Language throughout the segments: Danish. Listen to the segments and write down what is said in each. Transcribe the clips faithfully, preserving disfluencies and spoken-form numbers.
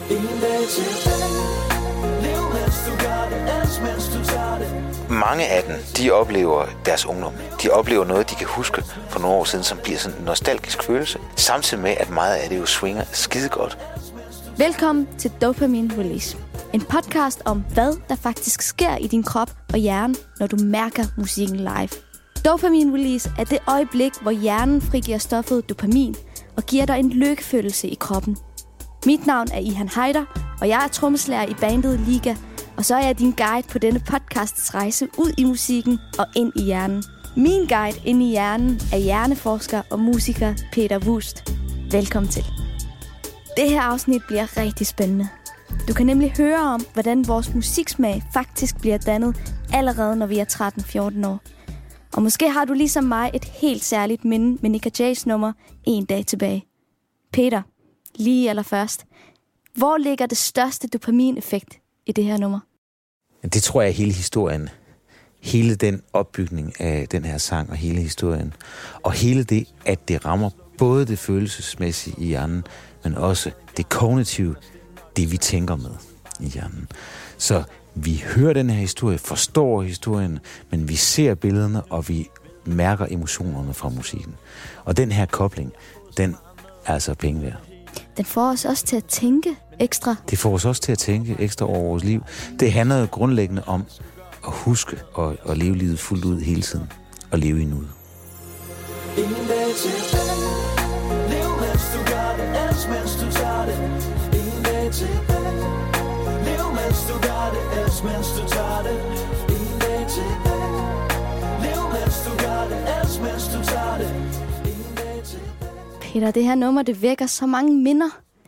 Mange af dem, de oplever deres ungdom. De oplever noget, de kan huske for nogle år siden, som bliver sådan en nostalgisk følelse. Samtidig med, at meget af det jo swinger skidegodt. Velkommen til Dopamine Release. En podcast om, hvad der faktisk sker i din krop og hjerne, når du mærker musikken live. Dopamine Release er det øjeblik, hvor hjernen frigiver stoffet dopamin og giver dig en lykkefølelse i kroppen. Mit navn er Ihan Heider, og jeg er trommeslager i bandet Liga, og så er jeg din guide på denne podcasts rejse ud i musikken og ind i hjernen. Min guide ind i hjernen er hjerneforsker og musiker Peter Wust. Velkommen til. Det her afsnit bliver rigtig spændende. Du kan nemlig høre om, hvordan vores musiksmag faktisk bliver dannet allerede, når vi er tretten fjorten år. Og måske har du ligesom mig et helt særligt minde med Nick og Jays nummer En dag tilbage. Peter, lige allerførst. Hvor ligger det største dopamineffekt i det her nummer? Det tror jeg er hele historien. Hele den opbygning af den her sang og hele historien. Og hele det, at det rammer både det følelsesmæssige i hjernen, men også det kognitive, det vi tænker med i hjernen. Så vi hører den her historie, forstår historien, men vi ser billederne, og vi mærker emotionerne fra musikken. Og den her kobling, den er altså penge værd. Den får os også til at tænke ekstra. Det får os også til at tænke ekstra over vores liv. Det handler jo grundlæggende om at huske og, og leve livet fuldt ud hele tiden. Og leve i nuet. Ingen dag tilbage. Lev mens du gør det, elsk mens du tager det. Ingen dag tilbage. Lev mens du gør det, elsk mens du tager det. Ingen dag tilbage. Lev mens du gør det, elsk mens du tager det. Ingen dag tilbage. Peter, det her nummer, det vækker så mange minder.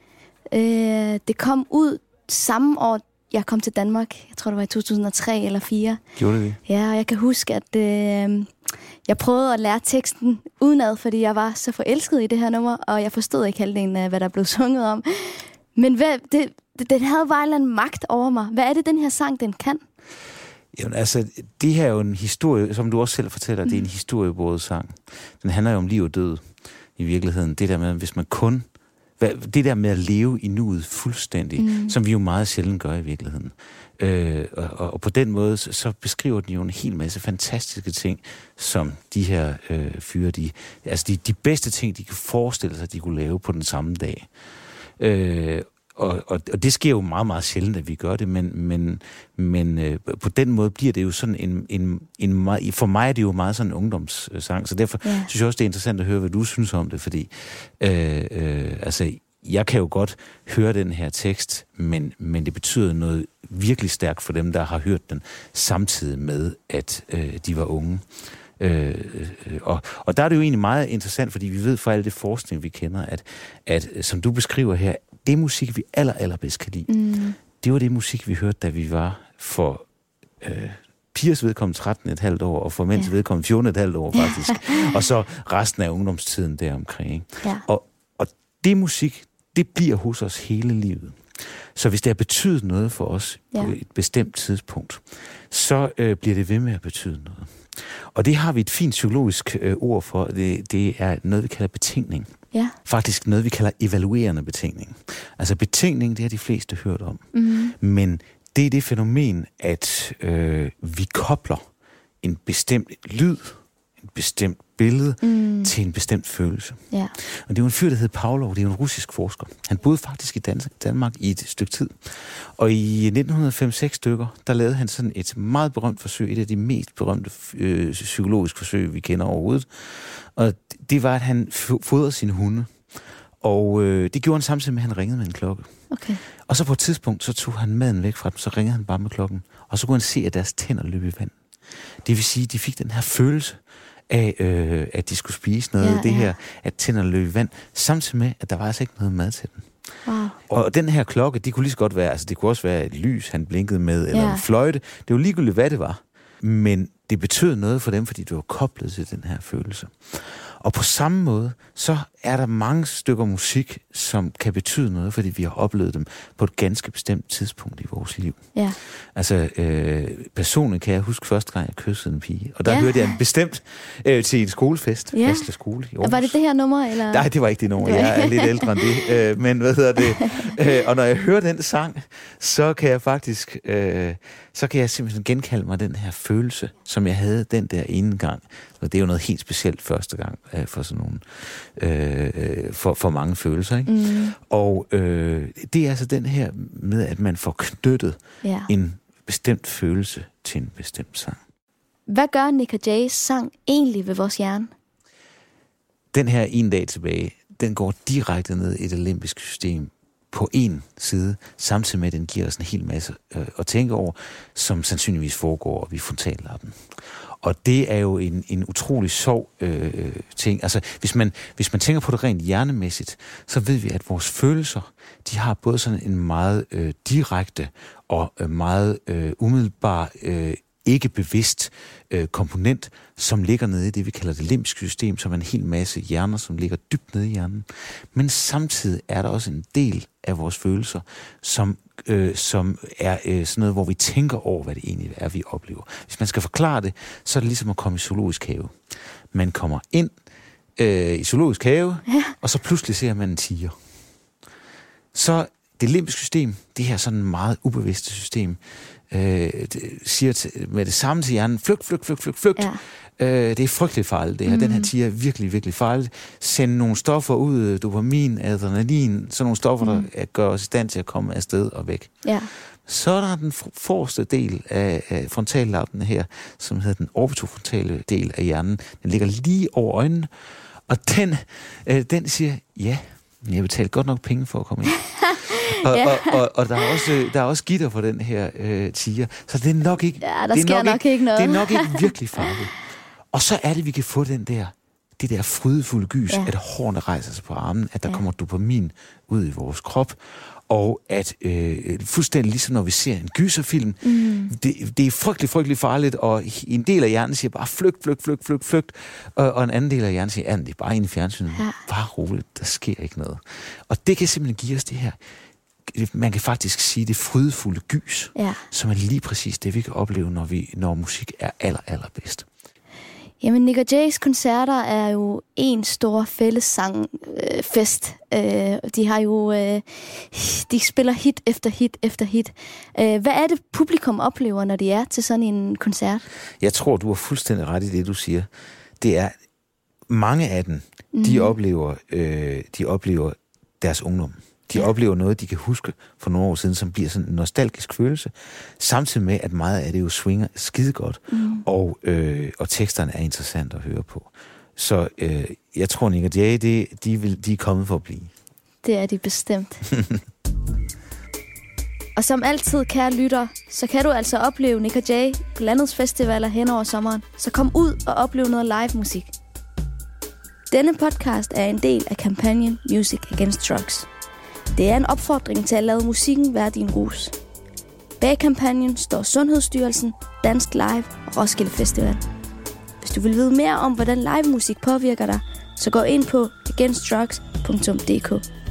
Øh, det kom ud samme år, jeg kom til Danmark. Jeg tror, det var i to tusind og tre eller fire. Gjorde det? Ja, og jeg kan huske, at øh, jeg prøvede at lære teksten udenad, fordi jeg var så forelsket i det her nummer, og jeg forstod ikke halvdelen af, hvad der blev sunget om. Men hvad, det, det, den havde bare en eller anden magt over mig. Hvad er det, den her sang, den kan? Jamen altså, det her er jo en historie, som du også selv fortæller, mm. det er en historiebåret sang. Den handler jo om liv og død i virkeligheden. Det der med, hvis man kun... Det der med at leve i nuet fuldstændig, mm. som vi jo meget sjældent gør i virkeligheden. Øh, og, og på den måde, så, så beskriver den jo en hel masse fantastiske ting, som de her øh, fyre, de, altså de, de bedste ting, de kan forestille sig, de kunne lave på den samme dag. Øh, og, og, og det sker jo meget, meget sjældent, at vi gør det, men, men, men øh, på den måde bliver det jo sådan en, en, en meget, for mig er det jo meget sådan en ungdomssang, så derfor ja. synes jeg også, det er interessant at høre, hvad du synes om det, fordi øh, øh, altså, jeg kan jo godt høre den her tekst, men, men det betyder noget virkelig stærkt for dem, der har hørt den, samtidig med, at øh, de var unge. Øh, øh, og, og der er det jo egentlig meget interessant, fordi vi ved fra al det forskning, vi kender, at, at som du beskriver her, det musik, vi aller, allerbedst kan lide, mm. det var det musik, vi hørte, da vi var for øh, pigers vedkommende tretten komma fem år, og for mænds ja. vedkommende fjorten komma fem år faktisk. Og så resten af ungdomstiden deromkring. Ikke? Ja. Og, og det musik, det bliver hos os hele livet. Så hvis det har betydet noget for os ja. på et bestemt tidspunkt, så øh, bliver det ved med at betyde noget. Og det har vi et fint psykologisk øh, ord for. Det, det er noget, vi kalder betingning. Ja. Faktisk noget, vi kalder evaluerende betingning. Altså betingning, det har de fleste hørt om. Mm-hmm. Men det er det fænomen, at øh, vi kobler en bestemt lyd, en bestemt billede mm. til en bestemt følelse. Ja. Og det er jo en fyr, der hedder Pavlov, det er jo en russisk forsker. Han boede faktisk i Dan- Danmark i et stykke tid. Og i nitten fem seks stykker, der lavede han sådan et meget berømt forsøg, et af de mest berømte øh, psykologiske forsøg, vi kender overhovedet. Og det var, at han fodrede sine hunde. Og øh, det gjorde han samtidig med, at han ringede med en klokke. Okay. Og så på et tidspunkt, så tog han maden væk fra dem, så ringede han bare med klokken. Og så kunne han se, at deres tænder løb i vand. Det vil sige, at de fik den her følelse af, øh, at de skulle spise noget af ja, det ja. her, at tænderne løb i vand, samtidig med, at der var altså ikke noget mad til dem. Wow. Og den her klokke, det kunne lige så godt være, altså det kunne også være et lys, han blinkede med, eller ja. en fløjte. Det var ligegyldigt, hvad det var. Men det betød noget for dem, fordi det var koblet til den her følelse. Og på samme måde, så er der mange stykker musik, som kan betyde noget, fordi vi har oplevet dem på et ganske bestemt tidspunkt i vores liv. Ja. Altså, øh, personligt kan jeg huske første gang, jeg kyssede en pige, og der ja. hørte jeg en bestemt øh, til en skolefest, ja. Fastlig skole i Aarhus. Var det det her nummer, eller? Nej, det var ikke det nummer. Jeg er lidt ældre end det. Øh, men hvad hedder det? Øh, og når jeg hører den sang, så kan jeg faktisk, øh, så kan jeg simpelthen genkalde mig den her følelse, som jeg havde den der ene gang. Og det er jo noget helt specielt første gang øh, for sådan nogle, øh, for, for mange følelser, ikke? Mm. Og øh, det er altså den her med, at man får knyttet ja. en bestemt følelse til en bestemt sang. Hvad gør Nik og Jays sang egentlig ved vores hjerne? Den her En dag tilbage, den går direkte ned i det limbiske system på en side, samtidig med, at den giver os en hel masse øh, at tænke over, som sandsynligvis foregår op i frontallappen. Og det er jo en, en utrolig sjov øh, ting. Altså, hvis man, hvis man tænker på det rent hjernemæssigt, så ved vi, at vores følelser, de har både sådan en meget øh, direkte og øh, meget øh, umiddelbar, øh, ikke bevidst øh, komponent, som ligger nede i det, vi kalder det limbiske system, som er en hel masse hjerner, som ligger dybt nede i hjernen. Men samtidig er der også en del af vores følelser, som, øh, som er øh, sådan noget, hvor vi tænker over, hvad det egentlig er, vi oplever. Hvis man skal forklare det, så er det ligesom at komme i zoologisk have. Man kommer ind øh, i zoologisk have, ja. Og så pludselig ser man en tiger. Så det limbiske system, det her sådan meget ubevidste system, øh, siger til, med det samme til hjernen, flygt, flygt, flygt, flygt, flygt. Ja. Øh, det er frygteligt farligt, det her. Mm. Den her tiger er virkelig, virkelig farligt. Send nogle stoffer ud, dopamin, adrenalin, sådan nogle stoffer, mm. der gør os i stand til at komme afsted og væk. Ja. Så er der den forreste del af, af frontallappen her, som hedder den orbitofrontale del af hjernen. Den ligger lige over øjnene, og den, øh, den siger, ja, jeg betalte godt nok penge for at komme ind. Og, ja. og, og, og der er også der er også gitter for den her øh, tiger, så det er nok ikke. Ja, der det er sker nok, nok ikke, ikke noget. Det er nok ikke virkelig farligt. Og så er det, vi kan få den der, det der frydefulde gys, ja. At hårene rejser sig på armen, at der ja. Kommer dopamin ud i vores krop, og at øh, fuldstændig ligesom når vi ser en gyserfilm, mm. det, det er frygtelig, frygtelig farligt, og en del af hjernen siger bare flygt, flygt, flygt, flygt, flygt, og, og en anden del af hjernen siger, ja, det er bare inde i fjernsynet, ja. Bare roligt, der sker ikke noget. Og det kan simpelthen give os det her, man kan faktisk sige det frydefulde gys, ja. Som er lige præcis det, vi kan opleve, når, vi, når musik er aller, allerbedst. Jamen, Nik og Jays koncerter er jo en stor fællessangfest. Øh, øh, de har jo, øh, de spiller hit efter hit efter hit. Øh, hvad er det, publikum oplever, når de er til sådan en koncert? Jeg tror, du har fuldstændig ret i det, du siger. Det er, mange af dem, mm. de oplever, øh, de oplever deres ungdom. De ja. Oplever noget, de kan huske for nogle år siden, som bliver sådan en nostalgisk følelse, samtidig med, at meget af det jo swinger skide godt, mm. og, øh, og teksterne er interessant at høre på. Så øh, jeg tror, Nik og Jay, de, de, vil, de er kommet for at blive. Det er de bestemt. Og som altid, kære lytter, så kan du altså opleve Nik og Jay på landets festivaler hen over sommeren. Så kom ud og oplev noget live musik. Denne podcast er en del af kampagnen Music Against Drugs. Det er en opfordring til at lade musikken være din rus. Bag kampagnen står Sundhedsstyrelsen, Dansk Live og Roskilde Festival. Hvis du vil vide mere om, hvordan live musik påvirker dig, så gå ind på against drugs punktum d k.